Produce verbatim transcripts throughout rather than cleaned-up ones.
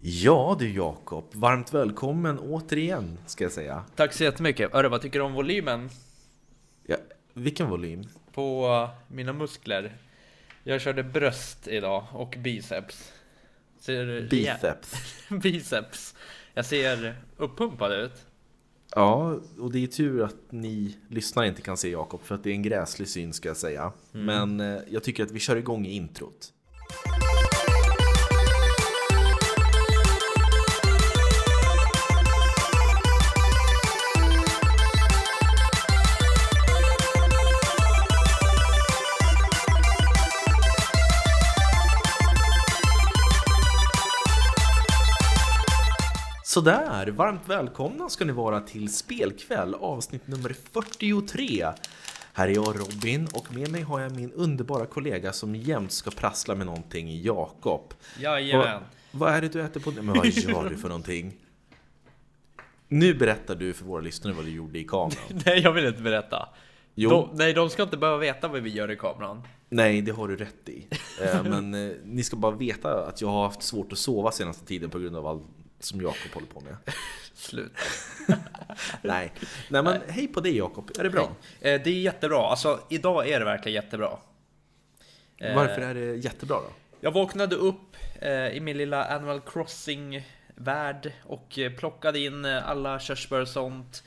Ja du Jakob, varmt välkommen återigen ska jag säga. Tack så jättemycket. Örre, vad tycker du om volymen? Ja, vilken volym? På uh, mina muskler. Jag körde bröst idag och biceps. Ser Biceps. Biceps. Jag ser uppumpad ut. Ja, och det är tur att ni lyssnare inte kan se Jakob, för att det är en gräslig syn ska jag säga. Mm. Men eh, jag tycker att vi kör igång i introt. Så där, varmt välkomna ska ni vara till Spelkväll, avsnitt nummer fyrtiotre. Här är jag Robin och med mig har jag min underbara kollega som jämt ska prassla med någonting, Jakob. Jajamän. Vad, vad är det du äter på? Men vad gör du för någonting? Nu berättar du för våra lyssnare vad du gjorde i kameran. Nej, jag vill inte berätta. Jo. De, nej, de ska inte behöva veta vad vi gör i kameran. Nej, det har du rätt i. eh, Men eh, ni ska bara veta att jag har haft svårt att sova senaste tiden på grund av allt som Jakob håller på med. Slut. Nej. Nej, men hej på dig Jakob. Är det bra? Eh, det är jättebra. Alltså, idag är det verkligen jättebra. Eh, Varför är det jättebra då? Jag vaknade upp eh, i min lilla Animal Crossing-värld och eh, plockade in eh, alla körsbär och sånt.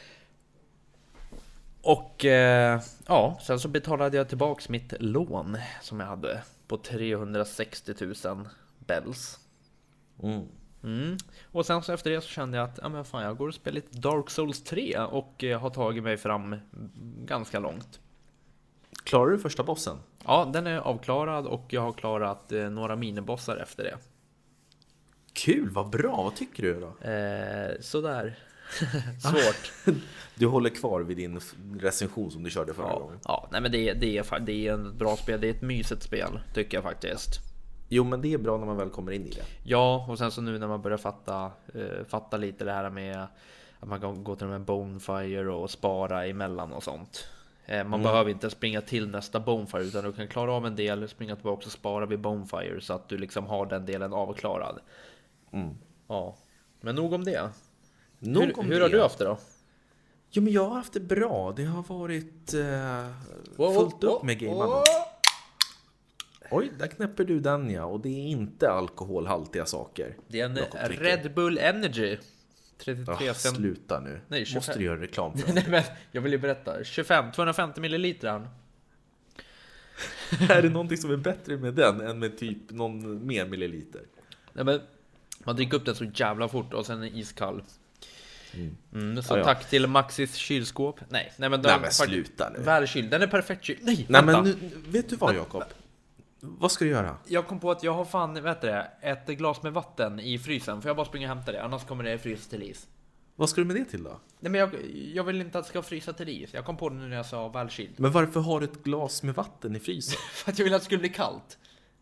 Och eh, ja, sen så betalade jag tillbaks mitt lån som jag hade på trehundrasextio tusen bells. Mm. Mm. Och sen så efter det så kände jag att ja, men fan, jag går och spelar lite Dark Souls tre och eh, har tagit mig fram ganska långt. Klarar du första bossen? Ja, den är avklarad och jag har klarat eh, några minibossar efter det. Kul, vad bra. Vad tycker du då? Eh, sådär. Svårt. Du håller kvar vid din recension som du körde förra ja, gången. Ja, nej men det är, det, är, det är ett bra spel. Det är ett mysigt spel, tycker jag faktiskt. Jo, men det är bra när man väl kommer in i det. Ja, och sen så nu när man börjar fatta, eh, fatta lite det här med att man kan gå till de här bonfire och spara emellan och sånt. Eh, man mm. behöver inte springa till nästa bonfire, utan du kan klara av en del, springa tillbaka och spara vid bonfire så att du liksom har den delen avklarad. Mm. Ja, men nog om det. Nog hur om hur det. har du haft det då? Jo, men jag har haft det bra. Det har varit eh, wow, fullt wow, upp med gamearna. wow. Oj, där knäpper du den ja. Och det är inte alkoholhaltiga saker. Det är en Red Bull Energy trettiotre. Oh, sluta nu. Nej, måste du göra reklam för. Nej, men jag vill ju berätta. tjugofem, tvåhundrafemtio milliliter. Är det någonting som är bättre med den än med typ någon mer milliliter? Nej, men man dricker upp den så jävla fort och sen är iskall. Mm. Mm, så ja, ja. tack till Maxis kylskåp. Nej, nej men, nej, men sluta nu. Välkyld, den är perfekt kyld. Nej, nej vänta. men nu, vet du vad Jakob? Vad ska du göra? Jag kom på att jag har fan, vet du det, ett glas med vatten i frysen. För jag bara springer och hämta det, annars kommer det frysa till is. Vad ska du med det till då? Nej, men jag, jag vill inte att det ska frysa till is. Jag kom på det nu när jag sa välkyld. Men varför har du ett glas med vatten i frysen? För att jag ville att det skulle bli kallt.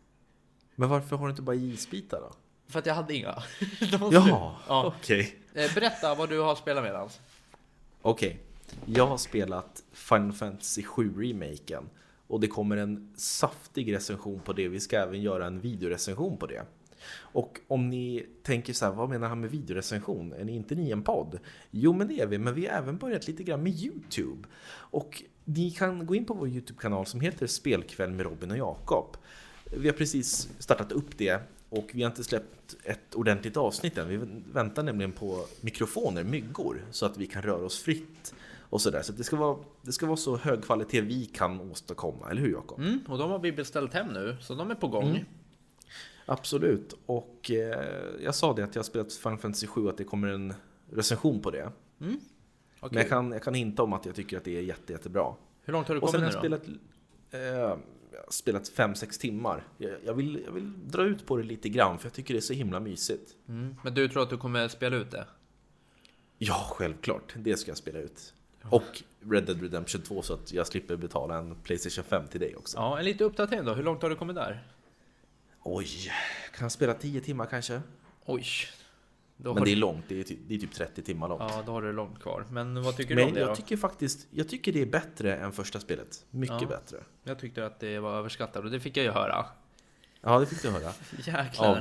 Men varför har du inte bara isbitar då? För att jag hade inga. Jaha, ja. okej. Okay. Berätta vad du har spelat med alltså. Okej, okay. Jag har spelat Final Fantasy sju remaken. Och det kommer en saftig recension på det. Vi ska även göra en videorecension på det. Och om ni tänker så här, vad menar han med videorecension? Är ni inte ni en podd? Jo, men det är vi. Men vi har även börjat lite grann med YouTube. Och ni kan gå in på vår YouTube-kanal som heter Spelkväll med Robin och Jakob. Vi har precis startat upp det. Och vi har inte släppt ett ordentligt avsnitt än. Vi väntar nämligen på mikrofoner, myggor. Så att vi kan röra oss fritt. Och så där. Så det ska vara, det ska vara så hög kvalitet vi kan åstadkomma. Eller hur Jakob? Mm, och de har vi beställt hem nu. Så de är på gång. Mm. Absolut. Och eh, jag sa det att jag har spelat Final Fantasy sju. Att det kommer en recension på det. Mm. Okay. Men jag kan, jag kan hinta om att jag tycker att det är jätte, jättebra. Hur långt har du kommit nu då? Och sen har jag spelat, eh, spelat fem sex timmar. Jag, jag, vill, jag vill dra ut på det lite grann. För jag tycker det är så himla mysigt. Mm. Men du tror att du kommer spela ut det? Ja, självklart. Det ska jag spela ut. Och Red Dead Redemption två så att jag slipper betala en PlayStation fem till dig också. Ja, en lite uppdatering då. Hur långt har du kommit där? Oj, kan jag spela tio timmar kanske? Oj. Då Men det är du... långt, det är, typ, det är typ trettio timmar långt. Ja, då har du långt kvar. Men vad tycker Men du om det jag då? tycker faktiskt, jag tycker det är bättre än första spelet. Mycket ja. bättre. Jag tyckte att det var överskattat och det fick jag ju höra. Ja, det fick du höra. Jäklar. Av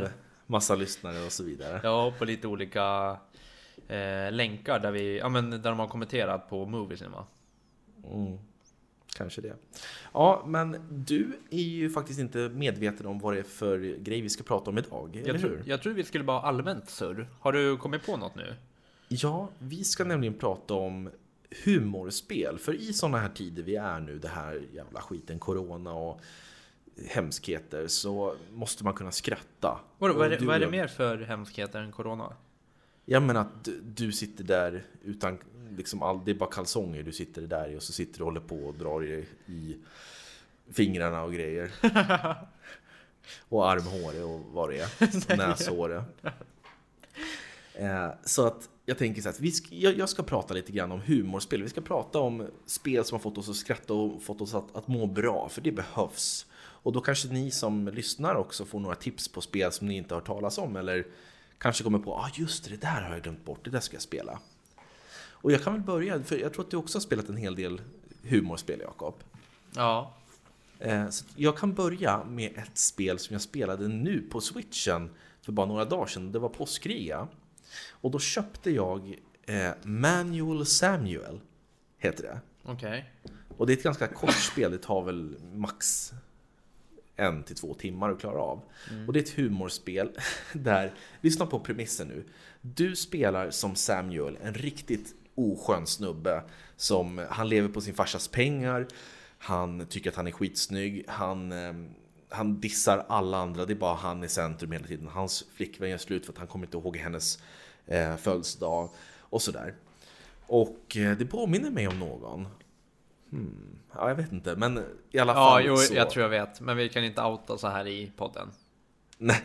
massa lyssnare och så vidare. Ja, på lite olika eh, länkar där vi, ja men där de har kommenterat på moviesen, va? Mm. Kanske det. Ja, men du är ju faktiskt inte medveten om vad det är för grej vi ska prata om idag, eller Jag, hur? tror, jag tror vi skulle bara allmänt surr. Har du kommit på något nu? Ja, vi ska nämligen prata om humorspel. För i sådana här tider vi är nu, det här jävla skiten, corona och hemskheter, så måste man kunna skratta. Vad, vad, är, Och det, du vad är det och- mer för hemskheter än corona? Ja, men att du, du sitter där utan liksom all, det är bara kalsonger du sitter där i, och så sitter du och håller på och drar i, i fingrarna och grejer. Och armhåret och vad det är. Och näshåret. Eh, så att jag tänker så att vi ska, jag, jag ska prata lite grann om humorspel. Vi ska prata om spel som har fått oss att skratta och fått oss att, att må bra, för det behövs. Och då kanske ni som lyssnar också får några tips på spel som ni inte har hört talas om, eller kanske kommer på, ah just det, det där har jag glömt bort, det där ska jag spela. Och jag kan väl börja, för jag tror att du också har spelat en hel del humorspel, Jakob. Ja. Eh, så jag kan börja med ett spel som jag spelade nu på Switchen för bara några dagar sedan. Det var påskrea. Och då köpte jag eh, Manual Samuel, heter det. Okej. Och det är ett ganska kort spel, det tar väl max en till två timmar att klara av. Mm. Och det är ett humorspel där, lyssna på premissen nu. Du spelar som Samuel, en riktigt oskön snubbe som, han lever på sin farsas pengar. Han tycker att han är skitsnygg. Han, eh, han dissar alla andra. Det är bara han i centrum hela tiden. Hans flickvän gör slut för att han kommer inte ihåg hennes eh, födelsedag och sådär. Och eh, det påminner mig om någon. Hmm. Ja, jag vet inte, men i alla Ja, fall jo, så... jag tror jag vet. Men vi kan inte outa så här i podden. Nej.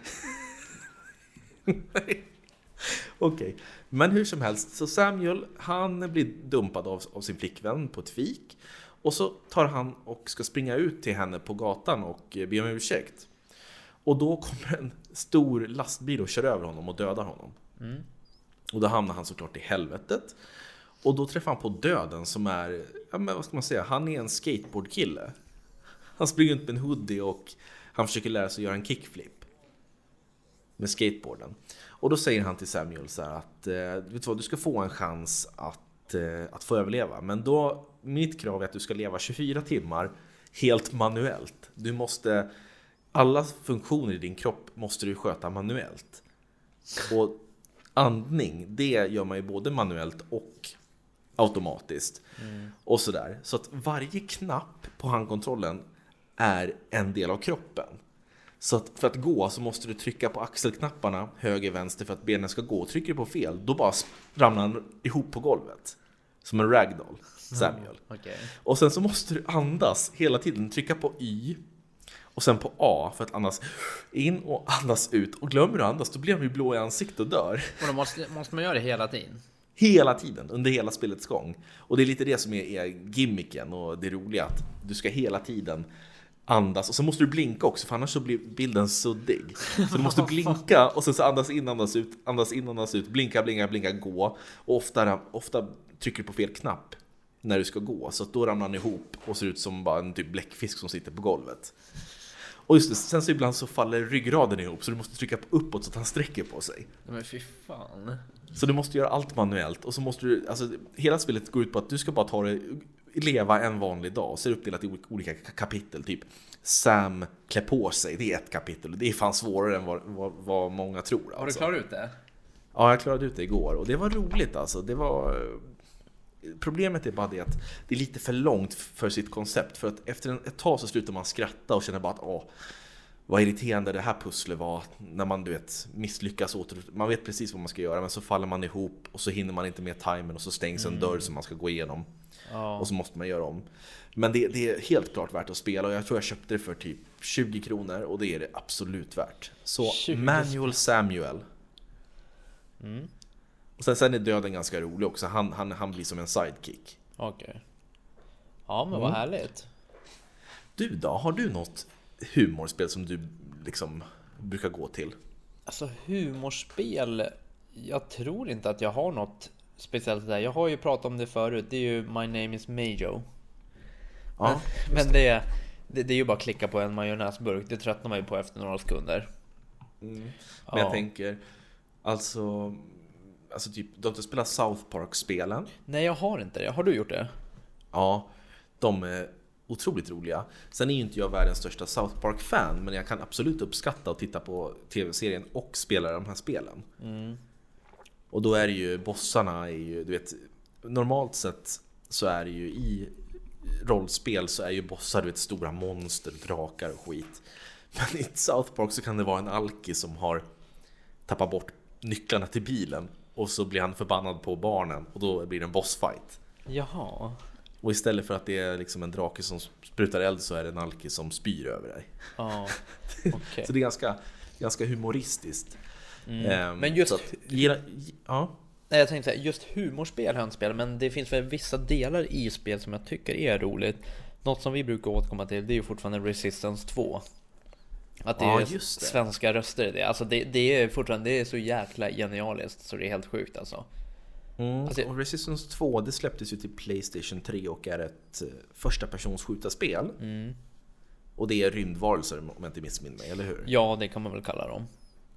Nej. Okej, okay. Men hur som helst, så Samuel, han blir dumpad av, av sin flickvän på ett fik. Och så tar han och ska springa ut till henne på gatan och be om ursäkt. Och då kommer en stor lastbil och kör över honom och dödar honom. Mm. Och då hamnar han såklart i helvetet. Och då träffar han på döden som är, ja men vad ska man säga, han är en skateboardkille. Han springer ut med en hoodie och han försöker lära sig att göra en kickflip med skateboarden. Och då säger han till Samuel så här att, vet du vad, du ska få en chans att, att få överleva. Men då, mitt krav är att du ska leva tjugofyra timmar helt manuellt. Du måste, alla funktioner i din kropp måste du sköta manuellt. Och andning, det gör man ju både manuellt och automatiskt. Mm. Och sådär. Så att varje knapp på handkontrollen är en del av kroppen. Så att för att gå så måste du trycka på axelknapparna höger, vänster för att benen ska gå. Trycker du på fel, då bara ramlar han ihop på golvet. Som en ragdoll, Samuel. Mm, okay. Och sen så måste du andas hela tiden. Trycka på Y och sen på A för att andas in och andas ut. Och glömmer du andas, då blir man ju blå i ansiktet och dör. Och då måste, måste man göra det hela tiden? Hela tiden, under hela spelets gång. Och det är lite det som är, är gimmicken och det roliga, att du ska hela tiden andas. Och så måste du blinka också, för annars så blir bilden suddig. Så du måste blinka och sen så andas in, andas ut, andas in, andas ut, blinka, blinka, blinka, gå. Och ofta, ofta trycker du på fel knapp när du ska gå. Så att då ramlar han ihop och ser ut som bara en typ bläckfisk som sitter på golvet. Och just det, sen så ibland så faller ryggraden ihop, så du måste trycka på uppåt så att han sträcker på sig. Men fy fan. Så du måste göra allt manuellt. Och så måste du, alltså hela spelet går ut på att du ska bara ta det, leva en vanlig dag. Och så är det uppdelat i olika kapitel. Typ Sam klär på sig, det är ett kapitel. Det är fan svårare än vad, vad, vad många tror. Alltså. Har du klarat ut det? Ja, jag klarade ut det igår. Och det var roligt alltså. Det var... Problemet är bara det att det är lite för långt för sitt koncept. För att efter ett tag så slutar man skratta och känner bara att åh, vad irriterande det här pusslet var. När man, du vet, misslyckas åter. Man vet precis vad man ska göra, men så faller man ihop och så hinner man inte med timern och så stängs en mm. dörr som man ska gå igenom. Ja. Och så måste man göra om. Men det, det är helt klart värt att spela, och jag tror jag köpte det för typ tjugo kronor, och det är det absolut värt. Så Manual Samuel. Mm. Och sen, sen är döden ganska rolig också. Han, han, han blir som en sidekick. Okej. Okay. Ja, men vad mm. härligt. Du då, har du något humorspel som du liksom brukar gå till? Alltså humorspel, jag tror inte att jag har något speciellt där. Jag har ju pratat om det förut. Det är ju My Name is Majo. Ja, men men det, det, det är ju bara att klicka på en majonnäsburk. Det tröttnar man ju på efter några sekunder. Mm. Men Ja. jag tänker, alltså, alltså typ, du har inte spelat South Park-spelen? Nej, jag har inte det. Har du gjort det? Ja, de är otroligt roliga. Sen är ju inte jag världens största South Park-fan, men jag kan absolut uppskatta att titta på tv-serien och spela de här spelen. Mm. Och då är det ju, bossarna är ju, du vet, normalt sett så är det ju i rollspel så är ju bossar, du vet, stora monster, drakar och skit. Men i South Park så kan det vara en alki som har tappat bort nycklarna till bilen och så blir han förbannad på barnen och då blir det en bossfight. Jaha. Och istället för att det är liksom en drake som sprutar eld så är det en alki som spyr över dig. Ja, okej. Så det är ganska, ganska humoristiskt. Mm. Ehm, Men just- så att, gilla, ja. Nej, jag tänkte säga, just humorspel har jag inte spelat, men det finns väl vissa delar i spel som jag tycker är roligt. Något som vi brukar återkomma till, det är ju fortfarande Resistance två. Att det Ja, är just det. svenska röster i det. Alltså det, det är fortfarande, det är så jäkla genialiskt så det är helt sjukt alltså. Mm. Alltså- och Resistance två, det släpptes ju till PlayStation tre och är ett eh, första persons skjutarspel. Mm. Och det är rymdvarelser om jag inte missminner mig, eller hur? Ja, det kan man väl kalla dem.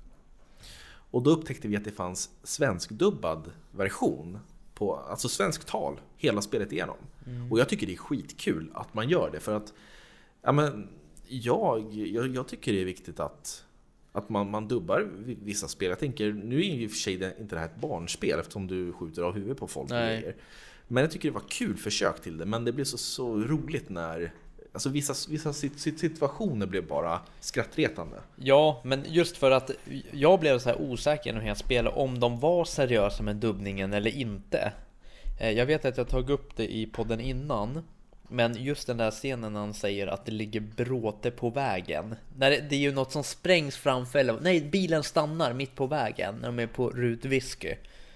Och då upptäckte vi att det fanns svenskdubbad version på, alltså svensk tal, hela spelet igenom. Mm. Och jag tycker det är skitkul att man gör det, för att ja, men, jag, jag, jag tycker det är viktigt att, att man, man dubbar vissa spel. Jag tänker, nu är ju i och för sig det, inte det här ett barnspel eftersom du skjuter av huvudet på folk och Nej. grejer. Men jag tycker det var kul försök till det, men det blev så, så roligt när alltså vissa, vissa situationer blev bara skrattretande. Ja, men just för att jag blev så här osäker när jag spelade om de var seriösa med dubbningen eller inte. Eh, Jag vet att jag tagit upp det i podden innan, men just den där scenen när han säger att det ligger bråte på vägen. När det, det är ju något som sprängs framför, eller nej, bilen stannar mitt på vägen när de är på Rut Whisky.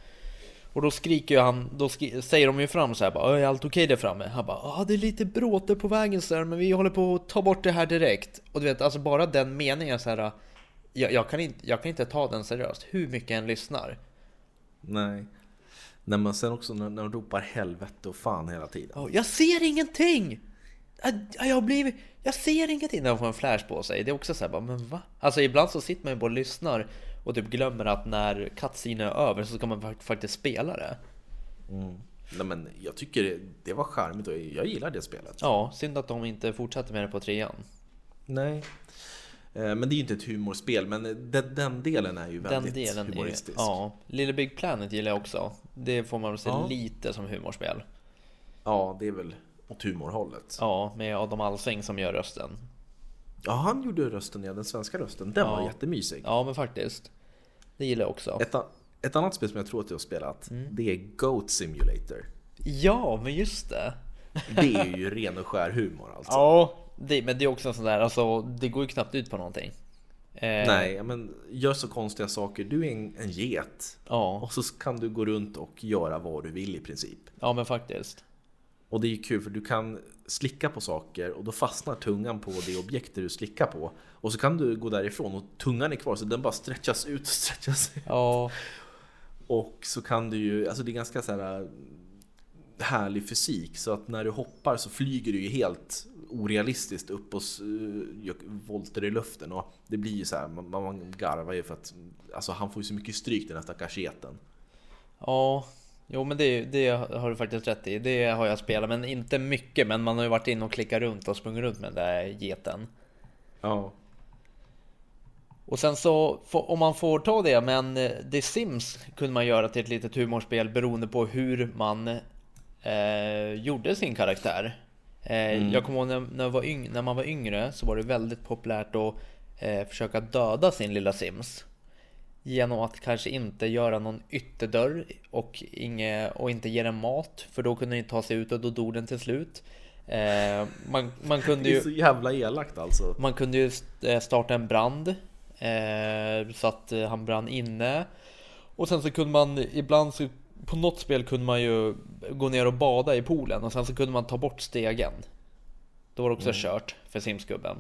Och då skriker ju han, då skri- säger de ju fram så här bara, är allt okej där framme? Han bara, ja det är lite bråte på vägen så men vi håller på att ta bort det här direkt. Och du vet, alltså bara den meningen så här, jag, jag, kan inte, jag kan inte ta den seriöst, hur mycket en lyssnar. Nej. Nej, men sen också när, när de ropar helvete och fan hela tiden. Ja, jag ser ingenting! Jag, jag, har blivit, jag ser ingenting när de får en flash på sig. Det är också så här, bara, men va? Alltså ibland så sitter man ju bara och lyssnar och typ glömmer att när cutscene är över så ska man fakt- faktiskt spela det. Mm. Nej, men jag tycker det, det var charmigt och jag gillar det spelet. Ja, synd att de inte fortsatte med det på trean. Nej. Eh, Men det är ju inte ett humorspel, men den, den delen är ju Den väldigt delen är, humoristisk. ja, Little Big Planet gillar jag också. Det får man väl se Ja. lite som humorspel. Ja, det är väl åt humorhållet. Ja, med Adam Alsing som gör rösten. Ja, han gjorde rösten, ja, den svenska rösten. Den Ja. var jättemysig. Ja, men faktiskt. Det gillar jag också. Ett, a- ett annat spel som jag tror att jag har spelat, Mm. det är Goat Simulator. Ja, men just det. Det är ju ren och skär humor alltså. Ja, det, men det är också en sån där, alltså det går ju knappt ut på någonting. Eh, Nej, men gör så konstiga saker. Du är en, en get. Ja, Och så kan du gå runt och göra vad du vill i princip. ja men faktiskt. Och det är ju kul för du kan slicka på saker och då fastnar tungan på det objekt du slickar på. Och så kan du gå därifrån och tungan är kvar så den bara stretchas ut och stretchas ut. Ja, Och så kan du ju, alltså det är ganska så här härlig fysik så att när du hoppar så flyger du ju helt orealistiskt upp och s- gör volter i luften och det blir ju så här, man, man garvar ju för att alltså han får ju så mycket stryk den här stackars geten. ja. Jo men det, det har du faktiskt rätt i. Det har jag spelat, men inte mycket. Men man har ju varit inne och klickat runt och sprungit runt med den där geten. Ja. Och sen så, får- om man får ta det, men eh, The Sims kunde man göra till ett litet humorspel beroende på hur man eh, gjorde sin karaktär. Eh, Jag kommer ihåg när, när, jag var yng, när man var yngre så var det väldigt populärt att eh, försöka döda sin lilla Sims. Genom att kanske inte göra någon ytterdörr och, inge, och inte ge den mat, för då kunde den ta sig ut och då dog den till slut. Eh, man, man kunde Det är ju... så jävla elakt alltså. Man kunde ju eh, starta en brand eh, så att eh, han brann inne. Och sen så kunde man ibland så, på något spel kunde man ju gå ner och bada i poolen och sen så kunde man ta bort stegen. Då var det också Mm. kört för simskubben.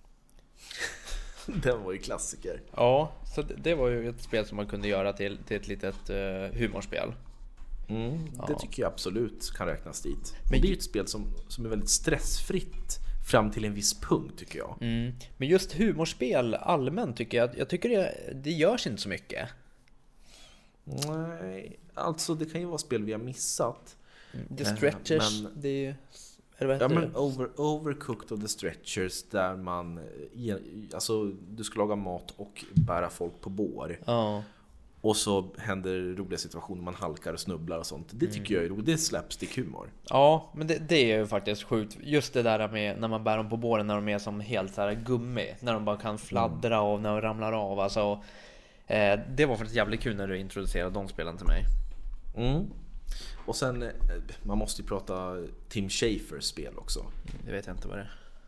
Den var ju klassiker. Ja, så det, det var ju ett spel som man kunde göra till, till ett litet eh, humorspel. Mm, det Ja. tycker jag absolut kan räknas dit. Men- Men det är ju ett spel som, som är väldigt stressfritt fram till en viss punkt tycker jag. Mm. Men just humorspel allmänt tycker jag, jag tycker det, det görs inte så mycket. Nej, alltså det kan ju vara spel vi har missat. The Stretchers, men, det är ju... Eller vad ja, heter men det? over, Overcooked och The Stretchers där man, alltså du ska laga mat och bära folk på bår. Ja. Och så händer roliga situationer, man halkar och snubblar och sånt. Det tycker mm. jag är roligt, det är slapstick-humor. Ja, men det, det är ju faktiskt sjukt. Just det där med när man bär dem på båren när de är som helt så här gummi. När de bara kan fladdra och när de ramlar av. Alltså, eh, det var faktiskt jävligt kul när du introducerade de spelen till mig. Mm. Och sen, man måste ju prata Tim Schafers spel också. Det vet jag inte vad det är.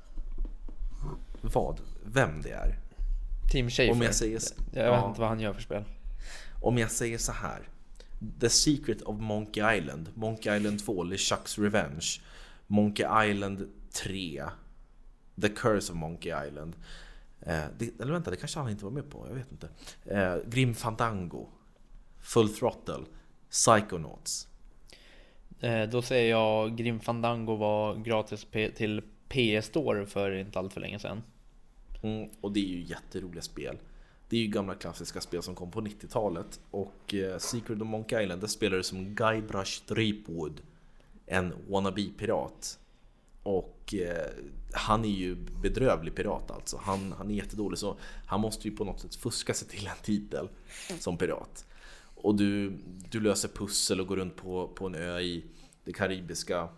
Vad? Vem det är? Tim Schafer? Om jag säger, jag vet ja. inte vad han gör för spel. Om jag säger så här: The Secret of Monkey Island, Monkey Island två, LeChuck's Revenge, Monkey Island tre, The Curse of Monkey Island. Eh, det, eller vänta, det kanske han inte var med på, jag vet inte. Eh, Grim Fandango, Full Throttle, Psychonauts. Eh, då säger jag Grim Fandango var gratis p- till P S Store för inte allt för länge sedan. Mm, och det är ju jätteroliga spel. Det är ju gamla klassiska spel som kom på nittiotalet. Och eh, Secret of Monkey Island, där spelar du som Guybrush Threepwood, en wannabe-pirat. Och eh, han är ju bedrövlig pirat alltså. Han, han är jättedålig, så han måste ju på något sätt fuska sig till en titel som pirat. Och du, du löser pussel och går runt på, på en ö i det karibiska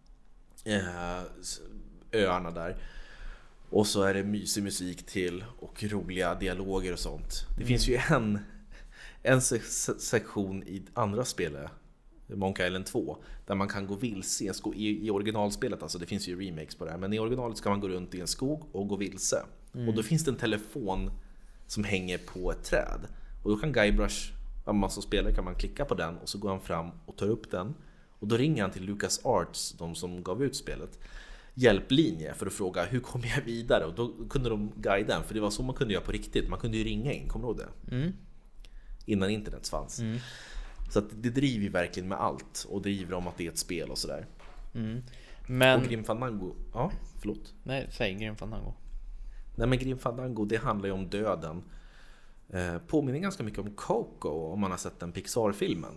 eh, öarna där. Och så är det mysig musik till och roliga dialoger och sånt. Det mm. finns ju en, en se- sektion i andra spelet, Monkey Island två, där man kan gå vilse i, en skog, i, i originalspelet. Alltså det finns ju remakes på det här, men i originalet ska man gå runt i en skog och gå vilse. Mm. Och då finns det en telefon som hänger på ett träd. Och då kan Guybrush, om man som spelare, kan man klicka på den och så går han fram och tar upp den. Och då ringer han till Lucas Arts, de som gav ut spelet, hjälplinje för att fråga hur kommer jag vidare, och då kunde de guida en, för det var så man kunde göra på riktigt. Man kunde ju ringa in, kommer du ihåg det? Mm. Innan internet fanns. Mm. Så att det driver ju verkligen med allt och driver om att det är ett spel och sådär. Mm. Men... Och Grim Fandango, ja, förlåt. Nej, säg Grim Fandango. Nej, men Grim Fandango, det handlar ju om döden. Eh, påminner ganska mycket om Coco, om man har sett den Pixar-filmen.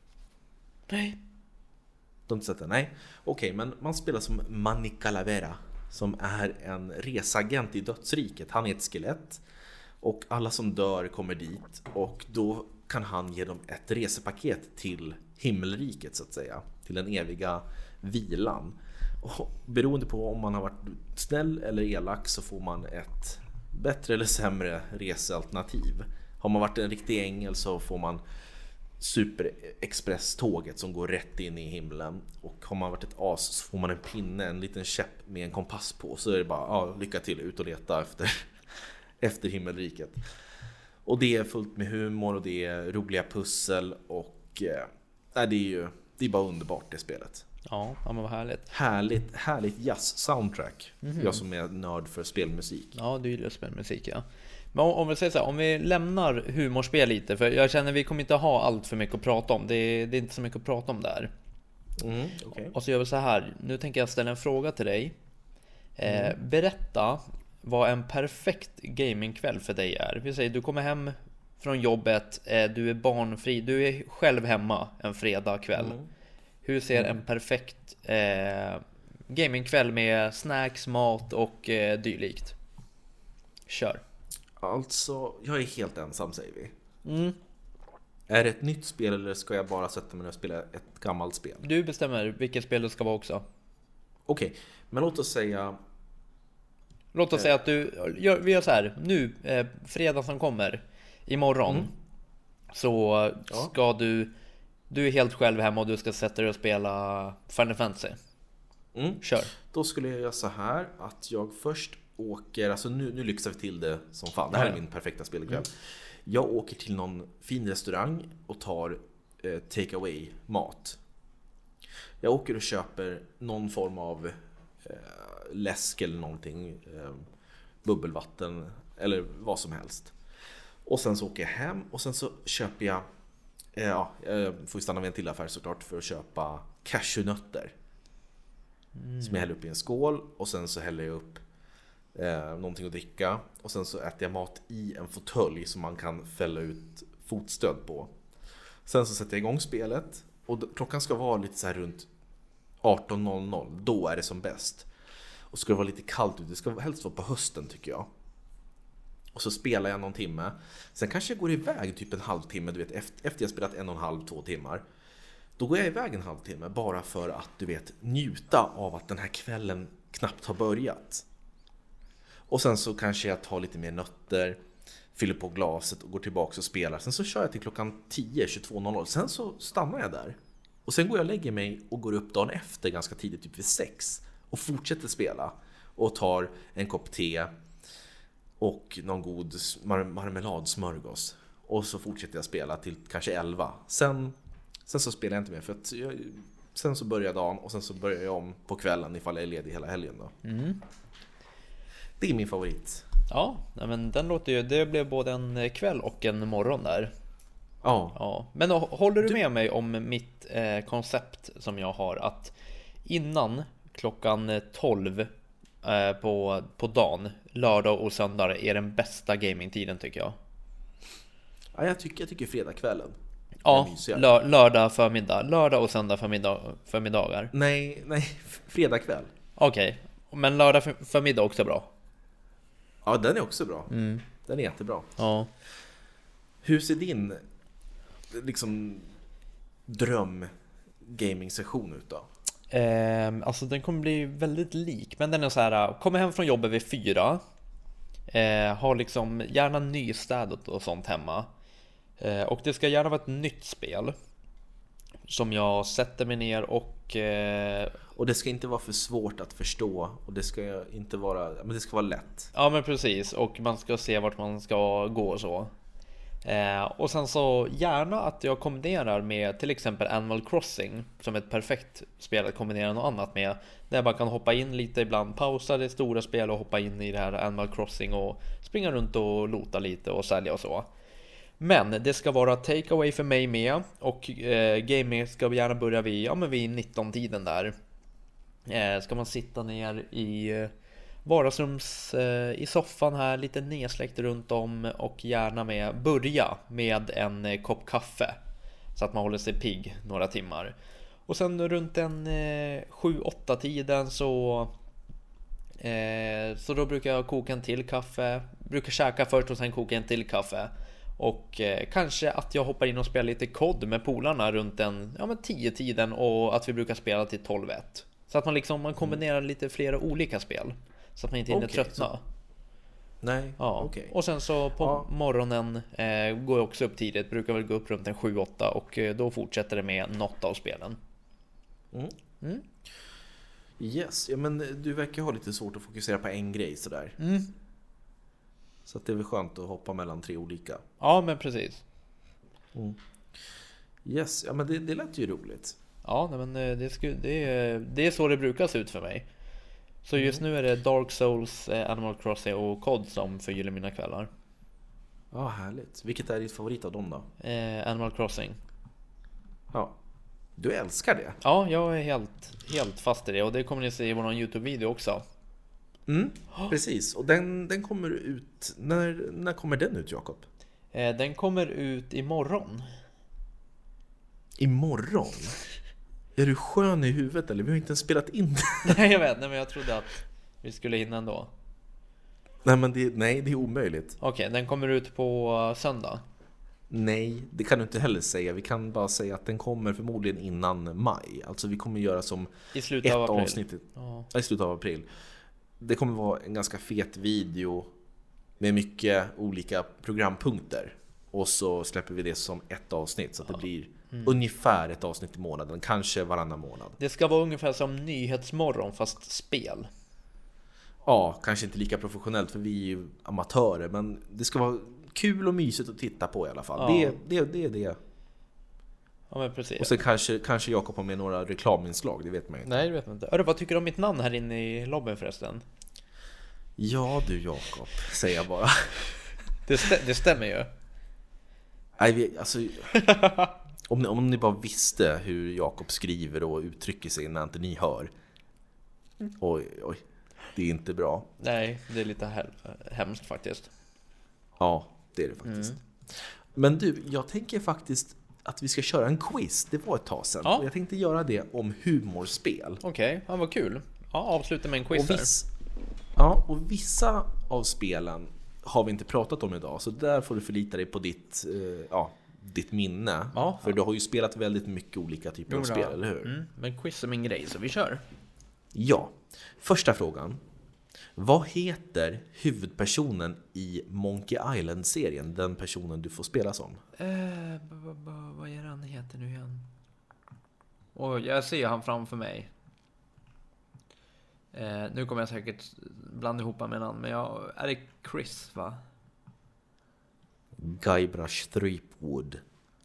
Nej. Du har inte sett den? Nej. Okej, men man spelar som Manny Calavera, som är en resagent i dödsriket. Han är ett skelett och alla som dör kommer dit, och då kan han ge dem ett resepaket till himmelriket, så att säga, till den eviga vilan. Och beroende på om man har varit snäll eller elak så får man ett bättre eller sämre resealternativ. Har man varit en riktig ängel så får man superexpresståget som går rätt in i himlen, och har man varit ett as så får man en pinne, en liten käpp med en kompass på, så är det bara ja, lycka till, ut och leta efter, efter himmelriket. Och det är fullt med humor och det är roliga pussel och eh, det är ju det är bara underbart, det spelet. Ja, ja, men vad härligt. Härligt, härligt jazz-soundtrack. Mm-hmm. Jag som är nörd för spelmusik. Ja, du gillar spelmusik, ja. Men om, om vi säger så här, om vi lämnar humorspel lite, för jag känner att vi kommer inte ha allt för mycket att prata om. Det är, det är inte så mycket att prata om där. Mm, okay. Och så gör vi så här, nu tänker jag ställa en fråga till dig. Eh, mm. Berätta vad en perfekt gamingkväll för dig är. Vi säger, du kommer hem från jobbet, eh, du är barnfri, du är själv hemma en fredag kväll. Mm. Hur ser en perfekt eh, gamingkväll med snacks, mat och eh, dylikt? Kör. Alltså, jag är helt ensam, säger vi. Mm. Är det ett nytt spel eller ska jag bara sätta mig och spela ett gammalt spel? Du bestämmer vilket spel det ska vara också. Okej, okay, men låt oss säga... Låt oss eh, säga att du... Gör, vi gör så här, nu, eh, fredag som kommer, imorgon, mm. så ska ja. du... Du är helt själv hemma och du ska sätta dig och spela Final Fantasy. Mm. Kör. Då skulle jag göra så här att jag först åker, alltså nu, nu lyxar vi till det som fan. Det här är min perfekta spelkväll. Mm. Jag åker till någon fin restaurang och tar eh, take away mat. Jag åker och köper någon form av eh, läsk eller någonting, eh, bubbelvatten eller vad som helst. Och sen så åker jag hem och sen så köper jag, ja, jag får stanna vid en till affär såklart för att köpa cashewnötter. Mm. Som jag häller upp i en skål. Och sen så häller jag upp eh, någonting att dricka. Och sen så äter jag mat i en fåtölj som man kan fälla ut fotstöd på. Sen så sätter jag igång spelet. Och då, klockan ska vara lite så här runt arton noll noll. Då är det som bäst. Och ska det vara lite kallt ute. Det ska helst vara på hösten tycker jag. Och så spelar jag någon timme. Sen kanske jag går iväg typ en halvtimme. Du vet, efter, efter jag spelat en och en halv, två timmar. Då går jag iväg en halvtimme. Bara för att du vet njuta av att den här kvällen knappt har börjat. Och sen så kanske jag tar lite mer nötter. Fyller på glaset och går tillbaka och spelar. Sen så kör jag till klockan tio, tjugotvå noll noll. Sen så stannar jag där. Och sen går jag och lägger mig och går upp dagen efter ganska tidigt, typ vid sex. Och fortsätter spela. Och tar en kopp te. Och någon god mar- marmeladsmörgås. Och så fortsätter jag spela till kanske elva. Sen, sen så spelar jag inte mer. För att jag, sen så börjar dagen. Och sen så börjar jag om på kvällen ifall jag är ledig hela helgen då. Mm. Det är min favorit. Ja, men den låter ju, det blev både en kväll och en morgon där. Ja. Ja. Men håller du med mig om mitt eh, koncept som jag har, att innan klockan tolv eh, på, på dagen, lördag och söndag är den bästa gamingtiden tycker jag. Ja, jag tycker, jag tycker fredagskvällen. Ja, lör, lördag förmiddag, lördag och söndag förmiddag, förmiddagar. Nej, nej, fredagkväll. Okej, okay. Men lördag för, förmiddag också bra. Ja, den är också bra. Mm. Den är jättebra. Ja. Hur ser din liksom dröm gaming-session ut då? Eh, alltså den kommer bli väldigt lik. Men den är så här, kommer hem från jobbet vid fyra. Eh, har liksom gärna nystädat och sånt hemma. Eh, och det ska gärna vara ett nytt spel. Som jag sätter mig ner och... Eh, och det ska inte vara för svårt att förstå. Och det ska inte vara... Men det ska vara lätt. Ja men precis. Och man ska se vart man ska gå och så. Eh, och sen så gärna att jag kombinerar med till exempel Animal Crossing. Som ett perfekt spel att kombinera något annat med. Där man kan hoppa in lite ibland. Pausa det stora spel och hoppa in i det här Animal Crossing. Och springa runt och lota lite och sälja och så. Men det ska vara takeaway för mig med. Och eh, gaming ska gärna börja vid, ja, men vid nitton-tiden där. Eh, ska man sitta ner i eh, vardagsrums eh, i soffan här, lite nedsläckt runt om. Och gärna med, börja med en eh, kopp kaffe. Så att man håller sig pigg några timmar. Och sen runt en eh, sju åtta tiden så... Eh, så då brukar jag koka en till kaffe. Brukar käka först och sen koka en till kaffe. Och eh, kanske att jag hoppar in och spelar lite kod med polarna runt en, ja men tio tiden. Och att vi brukar spela till tolv ett. Så att man liksom man kombinerar lite flera olika spel. Så att man inte hinner okay, tröttna så... Nej, ja. Okay. Och sen så på ja. morgonen eh, går jag också upp tidigt. Brukar väl gå upp runt en sju åtta. Och eh, då fortsätter det med något av spelen. Mm. Mm. Yes, ja, men du verkar ha lite svårt att fokusera på en grej sådär. Mm. Så att det är väl skönt att hoppa mellan tre olika. Ja, men precis. Mm. Yes, ja men det, det lät ju roligt. Ja, men det, sku, det, är, det är så det brukar se ut för mig. Så just mm. nu är det Dark Souls, Animal Crossing och C O D som förgyller mina kvällar. Ja, härligt. Vilket är ditt favorit av dem då? Eh, Animal Crossing. Ja. Du älskar det? Ja, jag är helt, helt fast i det. Och det kommer ni se i vår YouTube-video också. Mm, precis. Och den, den kommer ut... När, när kommer den ut, Jakob? Eh, den kommer ut imorgon. Imorgon? Är du skön i huvudet eller? Vi har inte ens spelat in. Nej, jag vet. Nej, men jag trodde att vi skulle hinna ändå. Nej, men det, nej, det är omöjligt. Okej, okay, den kommer ut på söndag. Nej, det kan du inte heller säga. Vi kan bara säga att den kommer förmodligen innan maj. Alltså vi kommer göra som I slutet av april. avsnitt ja. I slutet av april. Det kommer vara en ganska fet video med mycket olika programpunkter. Och så släpper vi det som ett avsnitt. Så att ja. det blir mm. ungefär ett avsnitt i månaden. Kanske varannan månad. Det ska vara ungefär som Nyhetsmorgon fast spel. Ja, kanske inte lika professionellt för vi är ju amatörer. Men det ska vara kul och mysigt att titta på i alla fall. Ja. Det, det, det är det. Ja, men precis. Och sen kanske, kanske Jakob har med några reklaminslag, det vet man ju inte. Nej, det vet man inte. Hörru, vad tycker du om mitt namn här inne i lobbyn förresten? Ja du Jakob, säger jag bara. Det, stä- det stämmer ju. Nej, vi, alltså, om, ni, om ni bara visste hur Jakob skriver och uttrycker sig när inte ni hör. Oj, oj. Det är inte bra. Nej, det är lite hel- hemskt faktiskt. Ja, det är det faktiskt. Mm. Men du, jag tänker faktiskt att vi ska köra en quiz. Det var ett tag sedan. Ja. Och jag tänkte göra det om humorspel. Okej, okay. Ja, vad kul. Ja, avsluta med en quiz. Och viss... Ja, och vissa av spelen har vi inte pratat om idag. Så där får du förlita dig på ditt, eh, ja, ditt minne. Ja. För du har ju spelat väldigt mycket olika typer jo, av spel, eller hur? Mm, men quiz är min grej, så vi kör. Ja, första frågan. Vad heter huvudpersonen i Monkey Island-serien? Den personen du får spela som. Eh, vad är han heter nu igen? Åh, jag ser han framför mig. Eh, nu kommer jag säkert blanda ihop med namn, men jag, är det Chris, va? Guybrush Threepwood.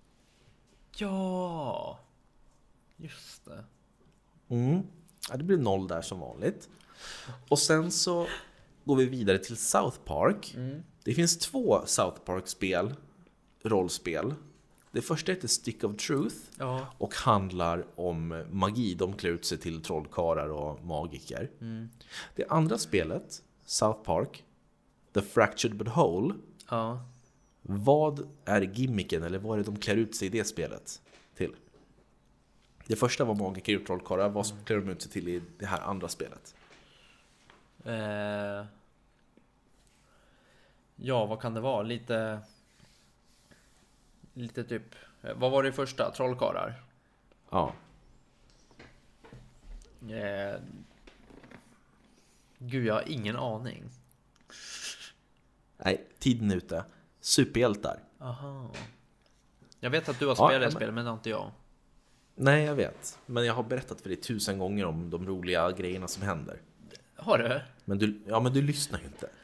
Ja, just det. Mm. Ja, det blir noll där som vanligt. Och sen så går vi vidare till South Park. Mm. Det finns två South Park-spel, rollspel. Det första heter Stick of Truth ja. och handlar om magi. De klär ut sig till trollkarlar och magiker. Mm. Det andra spelet, South Park, The Fractured But Whole. Ja. Vad är gimmicken, eller vad är det de klär ut sig i det spelet till? Det första var magiker och trollkarlar. Vad klär de ut sig till i det här andra spelet? Eh... Ja, vad kan det vara? Lite... Lite typ... Vad var det första? Trollkarlar? Ja. Eh... Gud, jag har ingen aning. Nej, tiden är ute. Superhjältar. Aha. Jag vet att du har ja, spelat men... spel, men det har inte jag. Nej, jag vet. Men jag har berättat för dig tusen gånger om de roliga grejerna som händer. Har du? Men du, ja, men du lyssnar ju inte.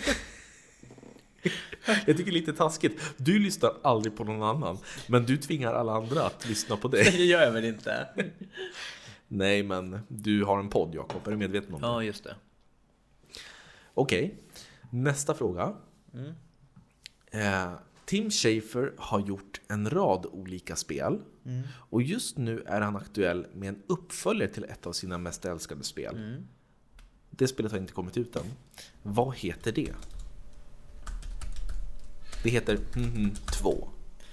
Jag tycker lite taskigt. Du lyssnar aldrig på någon annan, men du tvingar alla andra att lyssna på dig. Det gör jag väl inte. Nej, men du har en podd, Jakob. Är du medveten om det? Ja, just det. Okej, okay. Nästa fråga. Mm. Eh, Tim Schafer har gjort en rad olika spel. Mm. Och just nu är han aktuell med en uppföljare till ett av sina mest älskade spel. Mm. Det spelet har inte kommit ut än. Vad heter det? Det heter mm, två.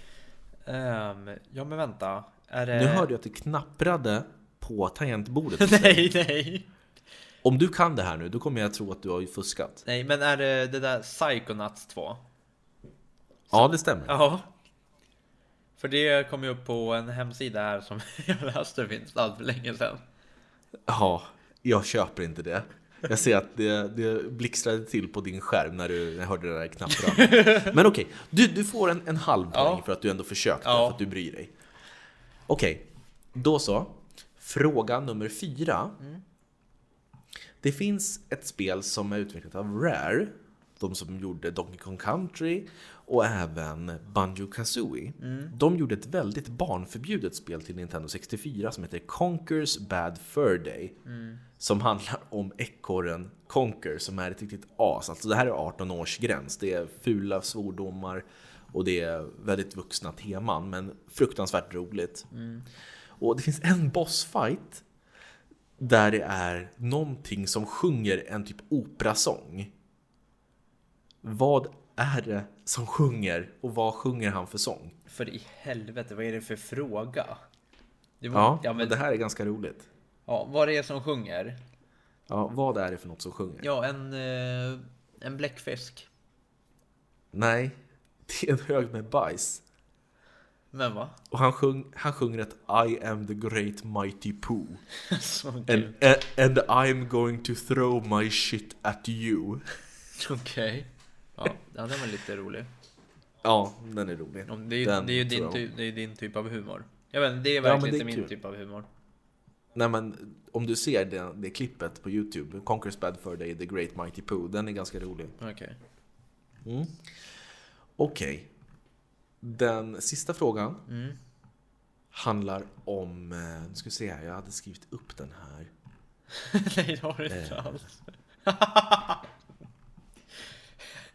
Um, ja, men vänta. Är det... Nu hörde jag att det knapprade på tangentbordet. nej, nej. Om du kan det här nu, då kommer jag tro att du har fuskat. Nej, men är det det där Psychonauts två? Ja, det stämmer. Ja. För det kom ju upp på en hemsida här som jag läste finns allt för länge sedan. Ja, jag köper inte det. Jag ser att det, det blixtrade till på din skärm när du när jag hörde det där knappra. Men okej, okay, du, du får en, en halv poäng ja. för att du ändå försökte, ja. för att du bryr dig. Okej, okay, då så. Fråga nummer fyra. Mm. Det finns ett spel som är utvecklat av Rare. De som gjorde Donkey Kong Country och även Banjo-Kazooie. Mm. De gjorde ett väldigt barnförbjudet spel till Nintendo sextiofyra som heter Conker's Bad Fur Day. Mm. Som handlar om ekorren Conker som är ett riktigt as. Alltså det här är arton års gräns. Det är fula svordomar och det är väldigt vuxna teman, men fruktansvärt roligt. Mm. Och det finns en bossfight där det är någonting som sjunger en typ operasång. Vad är det som sjunger och vad sjunger han för sång? För i helvete, vad är det för fråga? Det var, ja, ja, men det här är ganska roligt. Ja, vad är det som sjunger? Ja, vad är det för något som sjunger? Ja, en, eh, en bläckfisk. Nej, det är en hög med bajs. Men va? Och han, sjung, han sjunger ett I am the great mighty Pooh. and, and, and I'm going to throw my shit at you. Okej. Okay. Ja, den var lite rolig. Ja, den är rolig. Det är, det är ju din, ty, det är din typ av humor. Jag vet, det är verkligen ja, det är inte min typ av humor. Nej, men om du ser det, det klippet på YouTube, Conker's Bad Fur Day, The Great Mighty Pooh, den är ganska rolig. Okej. Okay. Mm. Okej. Okay. Den sista frågan mm. handlar om, nu ska vi se här, jag hade skrivit upp den här. Nej, det har du inte alls.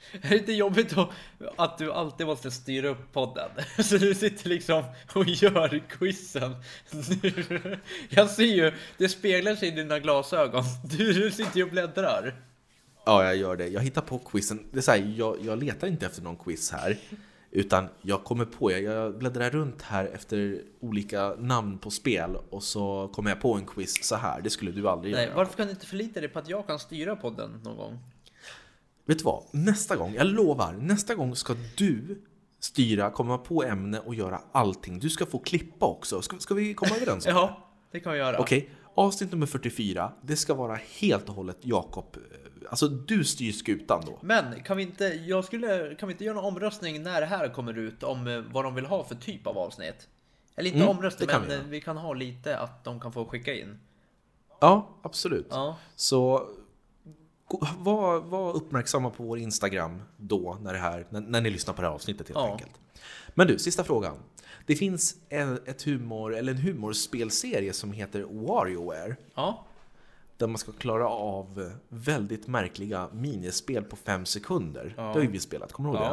Är det inte jobbigt då, att du alltid måste styra upp podden? Så du sitter liksom och gör quizen. Jag ser ju, det speglar sig i dina glasögon. Du, du sitter ju och bläddrar. Ja, jag gör det. Jag hittar på quizen. Det är så här, jag, jag letar inte efter någon quiz här. Utan jag kommer på, jag, jag bläddrar runt här efter olika namn på spel. Och så kommer jag på en quiz så här. Det skulle du aldrig Nej, göra. varför kan du inte förlita dig på att jag kan styra podden någon gång? Vet du vad? Nästa gång, jag lovar, nästa gång ska du styra, komma på ämne och göra allting. Du ska få klippa också. Ska, ska vi komma överens om det? Ja, det kan vi göra. Okej, okay. Avsnitt nummer fyrtiofyra. Det ska vara helt och hållet Jakob. Alltså du styr skutan då. Men kan vi inte, jag skulle, kan vi inte göra en omröstning när det här kommer ut om vad de vill ha för typ av avsnitt? Eller inte Mm, omröstning, det kan men vi vi kan ha lite att de kan få skicka in. Ja, absolut. Ja. Så var, var uppmärksamma på vår Instagram då när, det här, när, när ni lyssnar på det här avsnittet helt Ja. enkelt. Men du, sista frågan. Det finns en, ett humor, eller en humorspelserie som heter WarioWare. Ja. Där man ska klara av väldigt märkliga minispel på fem sekunder. Ja. Det har ju vi spelat, kommer du ihåg Ja.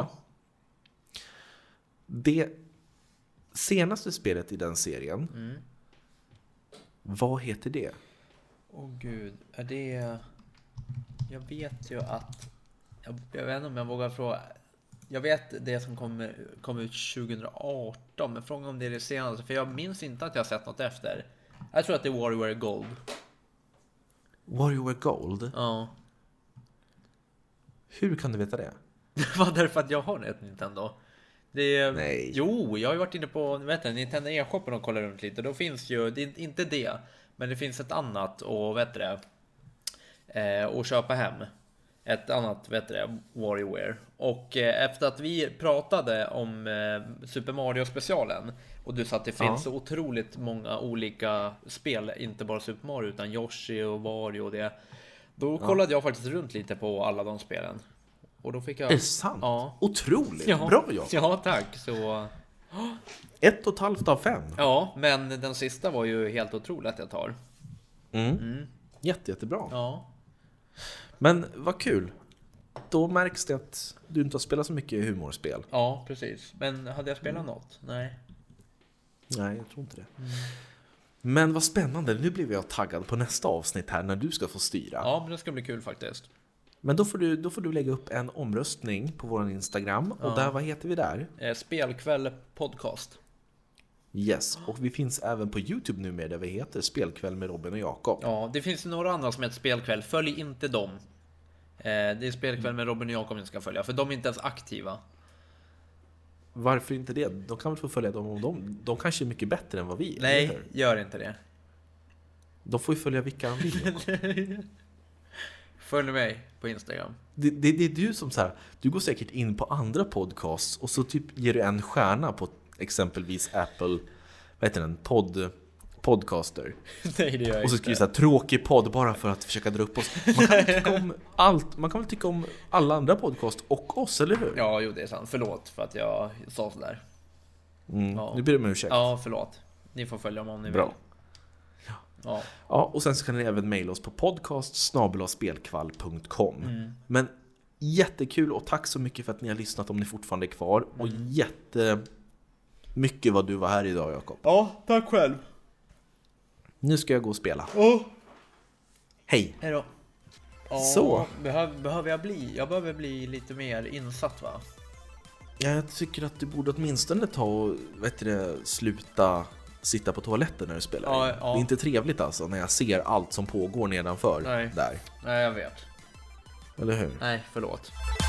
det? Det senaste spelet i den serien, Mm. vad heter det? Åh gud, är det... Jag vet ju att... Jag, jag vet inte om jag vågar fråga... Jag vet det som kom, kom ut tjugoarton, men frågan om det är det senaste. För jag minns inte att jag har sett något efter. Jag tror att det är WarioWare Gold. WarioWare Gold? Ja. Hur kan du veta det? Det var därför att jag har ett Nintendo. Det, Nej. Jo, jag har ju varit inne på vet du, Nintendo e-shoppen och kollat runt lite. Då finns ju, det är inte det, men det finns ett annat och vet du det, eh, och köpa hem. Ett annat vet du det, WarioWare. Och eh, efter att vi pratade om eh, Super Mario specialen och du sa att det finns Ja. så otroligt många olika spel, inte bara Super Mario utan Yoshi och Wario och det. Då kollade jag faktiskt runt lite på alla de spelen. Och då fick jag... Är det sant? Ja. Otroligt. Ja. Bra Jakob. Ja, tack. Så... Ett och ett halvt av fem. Ja, men den sista var ju helt otroligt att jag tar. Mm. Mm. Jätte, jättebra. Ja. Men vad kul. Då märks det att du inte har spelat så mycket humorspel. Ja, precis. Men hade jag spelat Mm. något? Nej. Nej, jag tror inte det. Mm. Men vad spännande. Nu blev jag taggad på nästa avsnitt här när du ska få styra. Ja, men det ska bli kul faktiskt. Men då får, du, då får du lägga upp en omröstning på vår Instagram. Ja. Och där, vad heter vi där? Eh, Spelkväll podcast. Yes, och vi finns även på YouTube nu med där vi heter Spelkväll med Robin och Jakob. Ja, det finns några andra som heter Spelkväll. Följ inte dem. Eh, det är Spelkväll med Robin och Jakob ni ska följa. För de är inte ens aktiva. Varför inte det? De kan väl få följa dem om de, de kanske är mycket bättre än vad vi är. eller Nej, hur? gör inte det. De får ju följa vilka de vill. Följ mig på Instagram. Det, det, det är du som så här, du går säkert in på andra podcasts och så typ ger du en stjärna på exempelvis Apple, vad heter den, Pod, Podcaster. Nej, det gör jag Och så inte. skriver du så här, tråkig podd bara för att försöka dra upp oss. Man kan väl tycka om allt, man kan väl tycka om alla andra podcast och oss, eller hur? Ja, jo, det är sant. Förlåt för att jag sa sådär. Mm, Ja. Nu ber jag om ursäkt. Ja, förlåt. Ni får följa om, om ni Bra. vill. Ja. Ja, och sen så kan ni även mejla oss på podcast snabel-a spelkvall punkt com. Mm. Men jättekul och tack så mycket för att ni har lyssnat om ni fortfarande är kvar. Och Mm. jättemycket vad du var här idag, Jakob. Ja, tack själv. Nu ska jag gå och spela. Oh. Hej! Hej då. Ja, Så. Behöver, behöver jag bli? Jag behöver bli lite mer insatt, va? Ja, jag tycker att du borde åtminstone ta och vet du, det, sluta sitta på toaletten när du spelar. Ja, in. ja. Det är inte trevligt alltså när jag ser allt som pågår nedanför Nej. där. Nej, jag vet. Eller hur? Nej, förlåt.